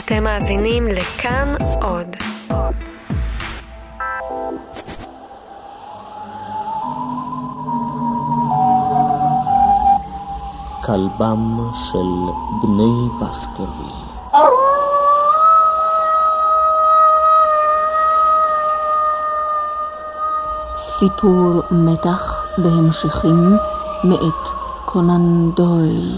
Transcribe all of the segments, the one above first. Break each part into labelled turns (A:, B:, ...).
A: אתם מאזינים לכאן עוד.
B: כלבם של בני בסקרוויל. סיפור מתח בהמשכים מאת קונן דויל.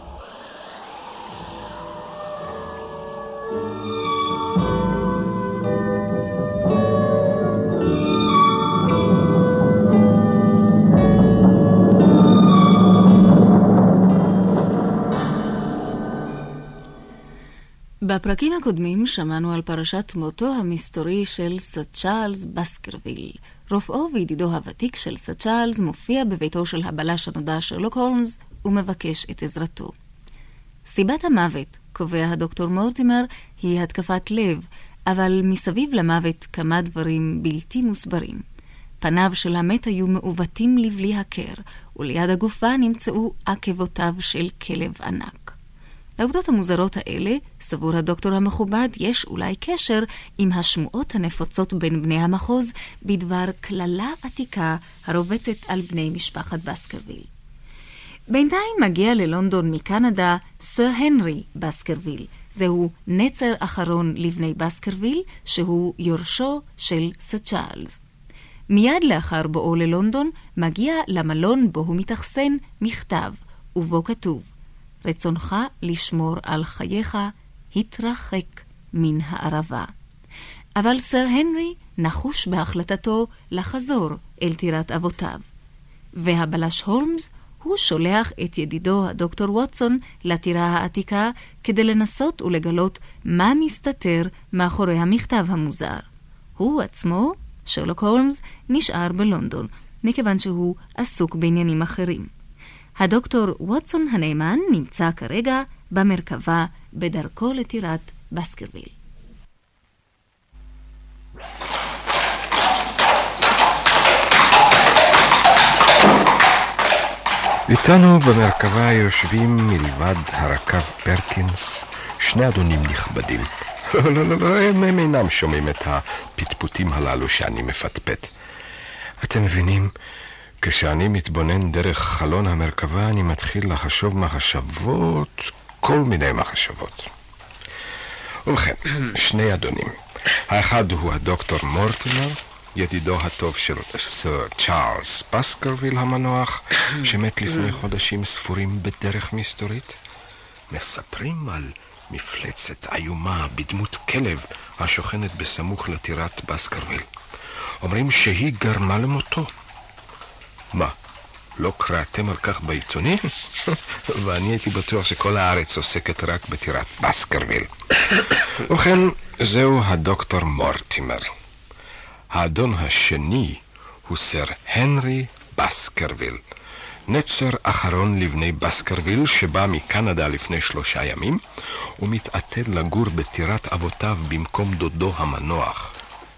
B: בפרקים הקודמים שמענו על פרשת מותו המסתורי של סר צ'ארלס בסקרוויל. רופאו וידידו הוותיק של סר צ'ארלס מופיע בביתו של הבלש הנודע שרלוק הולמס ומבקש את עזרתו. סיבת המוות, קובע הדוקטור מורטימר, היא התקפת לב, אבל מסביב למוות כמה דברים בלתי מוסברים. פניו של המת היו מעוותים לבלי הכר, וליד הגופה נמצאו עקבותיו של כלב ענק. לעובדות המוזרות האלה, סבור הדוקטור המכובד, יש אולי קשר עם השמועות הנפוצות בין בני המחוז בדבר כללה עתיקה הרובצת על בני משפחת בסקרוויל. בינתיים מגיע ללונדון מקנדה סר הנרי בסקרוויל. זהו נצר אחרון לבני בסקרוויל, שהוא יורשו של סר צ'ארלס. מיד לאחר בואו ללונדון מגיע למלון בו הוא מתאכסן מכתב, ובו כתוב: רצונך לשמור על חייך, התרחק מן הערבה. אבל סר הנרי נחוש בהחלטתו לחזור אל טירת אבותיו. והבלש הולמס הוא שולח את ידידו הדוקטור ווטסון לטירה העתיקה כדי לנסות ולגלות מה מסתתר מאחורי המכתב המוזר. הוא עצמו, שרלוק הולמס, נשאר בלונדון, מכיוון שהוא עסוק בעניינים אחרים. הדוקטור ווטסון הנאמן נמצא כרגע במרכבה בדרכו לטירת בסקרוויל.
C: איתנו במרכבה יושבים מלבד הרקב פרקינס שני אדונים נכבדים. לא, הם אינם שומעים את הפטפוטים הללו שאני מפטפט. אתם מבינים? כשאני מתבונן דרך חלון המרכבה, אני מתחיל לחשוב מחשבות, כל מיני מחשבות. ובכן, שני אדונים. האחד הוא הדוקטור מורטימר, ידידו הטוב של סר צ'ארלס בסקרוויל המנוח, שמת לפני חודשים ספורים בדרך מסתורית. מספרים על מפלצת איומה בדמות כלב השוכנת בסמוך לטירת בסקרוויל. אומרים שהיא גרמה למותו. מה? לא קראתם על כך בעיתונים? ואני הייתי בטוח שכל הארץ עוסקת רק בטירת בסקרוויל. ובכן, זהו הדוקטור מורטימר. האדון השני הוא סר הנרי בסקרוויל, נצר אחרון לבני בסקרוויל שבא מקנדה לפני 3 ימים, ומתעתד לגור בטירת אבותיו במקום דודו המנוח.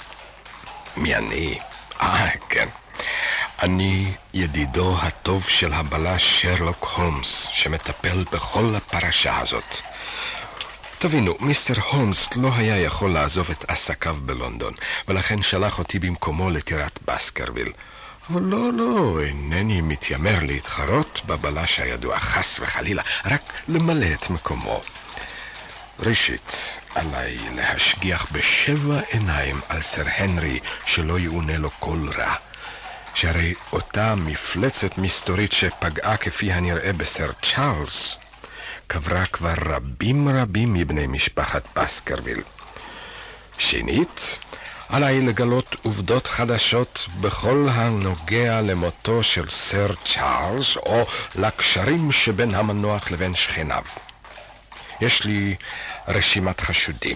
C: מי אני? כן. אני ידידו הטוב של הבלש שרלוק הולמס, שמטפל בכל הפרשה הזאת. תבינו, מיסטר הולמס לא היה יכול לעזוב את עסקיו בלונדון, ולכן שלח אותי במקומו לטירת בסקרוויל. אבל לא, אינני מתיימר להתחרות בבלש הידוע, חס וחלילה, רק למלא את מקומו. ראשית, עליי להשגיח ב7 עיניים על סר הנרי שלא יעונה לו כל רע. שהרי אותה מפלצת מסתורית שפגעה כפי הנראה בסר צ'ארלס, קברה כבר רבים מבני משפחת בסקרוויל. שנית, עליי לגלות עובדות חדשות בכל הנוגע למותו של סר צ'ארלס, או לקשרים שבין המנוח לבין שכניו. יש לי רשימת חשודים.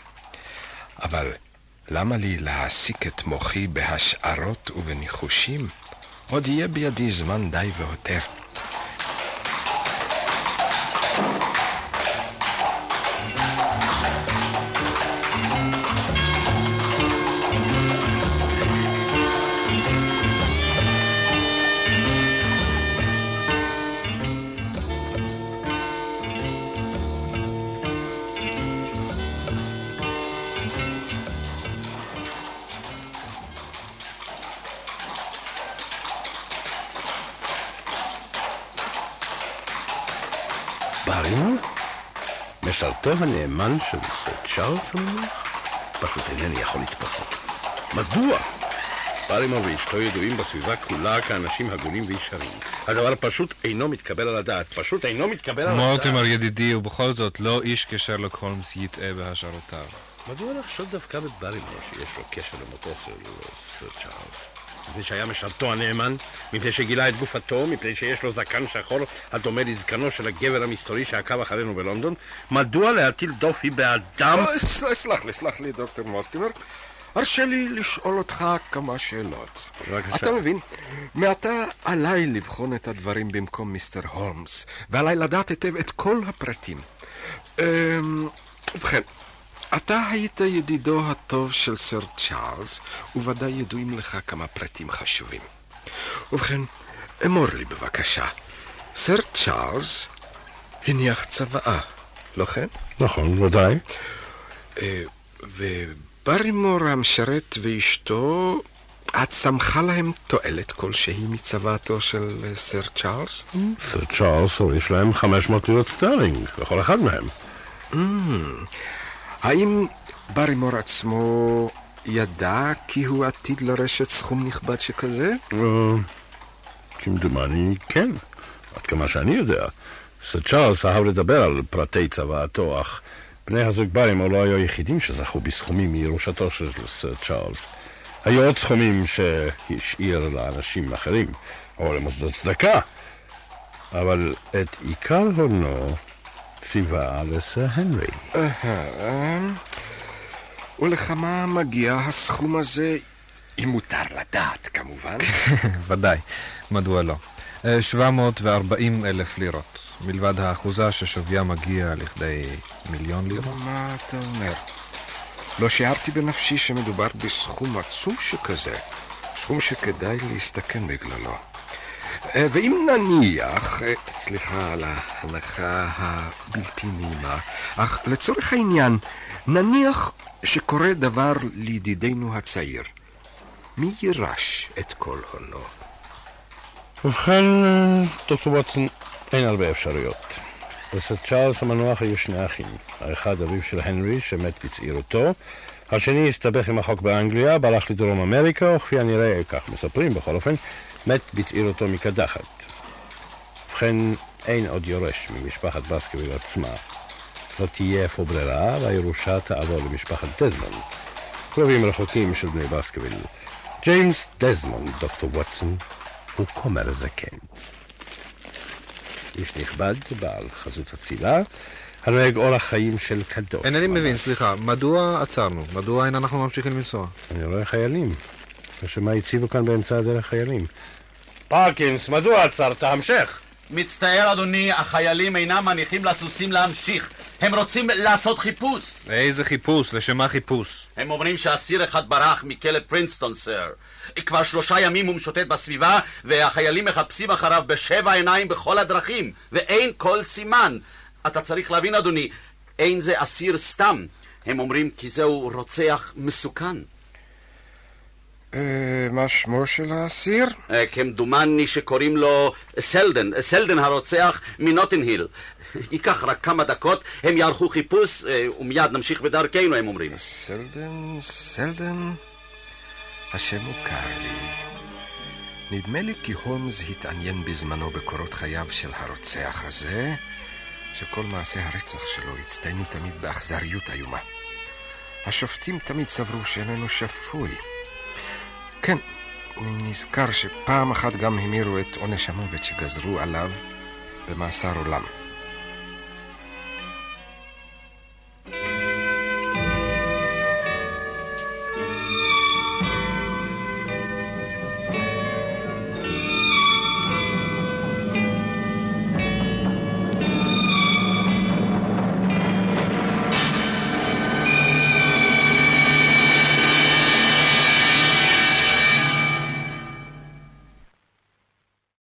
C: אבל למה לי להעסיק את מוחי בהשערות ובניחושים? עוד יהיה בידי זמן די והותר.
D: ברימור? משרתו הנאמן של סר צ'ארלס המלך? פשוט אינני יכול לתפוס אותו. מדוע? ברימור ואשתו ידועים בסביבה כולה כאנשים הגונים וישרים. הדבר פשוט אינו מתקבל על הדעת. פשוט אינו מתקבל על הדעת.
E: מורטימר ידידי, ובכל זאת לא איש כשרלוק הולמס יטעה בהשערותיו.
D: מדוע לחשוד דווקא בברימור שיש לו קשר למותו של סר צ'ארלס? מפני שהיה משרתו הנאמן, מפני שגילה את גופתו, מפני שיש לו זקן שחור הדומה לזקנו של הגבר המסתורי שעקב אחרינו בלונדון. מדוע להטיל דופי באדם?
C: סלח לי, דוקטור מורטימר. הרשה לי לשאול אותך כמה שאלות.
D: בבקשה.
C: אתה מבין, מעתה עליי לבחון את הדברים במקום מיסטר הולמס, ועליי לדעת היטב את כל הפרטים. ובכן, אתה היית ידידו הטוב של סר צ'ארלס, וודאי ידועים לך כמה פרטים חשובים. ובכן, אמור לי בבקשה, סר צ'ארלס הניח צוואה, לא כן?
D: נכון, ודאי.
C: ברימור המשרת ואשתו, את שמחה להם תועלת כלשהי מצוואתו של סר צ'ארלס?
D: סר צ'ארלס יש להם 500 לירות סטרלינג, לכל אחד מהם.
C: האם ברימור עצמו ידע כי הוא עתיד לרשת סכום נכבד שכזה?
D: כמדומני, כן. עד כמה שאני יודע. סר צ'ארלס אהב לדבר על פרטי צוואתו, אך בני הזוג ברימור לא היו היחידים שזכו בסכומים מירושתו של סר צ'ארלס. היו עוד סכומים שהשאיר לאנשים אחרים, או למוסדות צדקה. אבל את עיקר הונו ציווה לסר הנרי. ולכמה מגיע הסכום הזה, אם מותר לדעת כמובן?
E: ודאי, מדוע לא? 740,000 לירות, מלבד האחוזה ששוויה מגיע לכדי 1,000,000 לירות.
C: מה אתה אומר? לא שיערתי בנפשי שמדובר בסכום עצום שכזה, סכום שכדאי להסתכן בגללו. ואם נניח, סליחה על ההנחה הבלתי נעימה, אך לצורך העניין, נניח שקורה דבר לידידנו הצעיר, מי יירש את כל הונו?
D: ובכן, דוקטור ווטסון, אין הרבה אפשרויות. לסר צ'ארלס המנוח היו שני אחים. האחד אביו של הנרי שמת בצעירותו, השני הסתבך עם החוק באנגליה, ברח לדרום אמריקה, וכפי הנראה, כך מספרים בכל אופן, מת בצעירותו מקדחת. ובכן, אין עוד יורש ממשפחת בסקרוויל עצמה. לא תהיה איפה ברירה, והירושה תעבור למשפחת דזמונד, קרובים רחוקים של בני בסקרוויל. ג'יימס דזמונד, דוקטור ווטסון, הוא כומר זקן. איש נכבד, בעל חזות אצילה, הנוהג אורח חיים של קדוש.
E: אינני מבין, סליחה, מדוע עצרנו? מדוע אין אנחנו ממשיכים לנסוע?
D: אני רואה חיילים. ושמה הציבו כאן באמצע הדרך חיילים. פרקינס, מדוע עצרת? המשך.
F: מצטער אדוני, החיילים אינם מניחים לסוסים להמשיך. הם רוצים לעשות חיפוש.
E: איזה חיפוש? לשמה חיפוש?
F: הם אומרים שאסיר אחד ברח מכלא פרינסטון, סר. כבר 3 ימים הוא משוטט בסביבה, והחיילים מחפשים אחריו ב7 עיניים בכל הדרכים, ואין כל סימן. אתה צריך להבין אדוני, אין זה אסיר סתם. הם אומרים כי זהו רוצח מסוכן.
C: מה שמו של האסיר?
F: כמדומני שקוראים לו סלדן הרוצח מנוטינג-היל. ייקח רק כמה דקות, הם יערכו חיפוש ומיד נמשיך בדרכנו, הם אומרים.
C: סלדן, השם מוכר לי. נדמה לי כי הולמס התעניין בזמנו בקורות חייו של הרוצח הזה, שכל מעשי הרצח שלו הצטיינו תמיד באכזריות איומה. השופטים תמיד סברו שאיננו שפוי. כן, אני נזכר שפעם אחת גם המירו את עונש המוות שגזרו עליו במאסר עולם.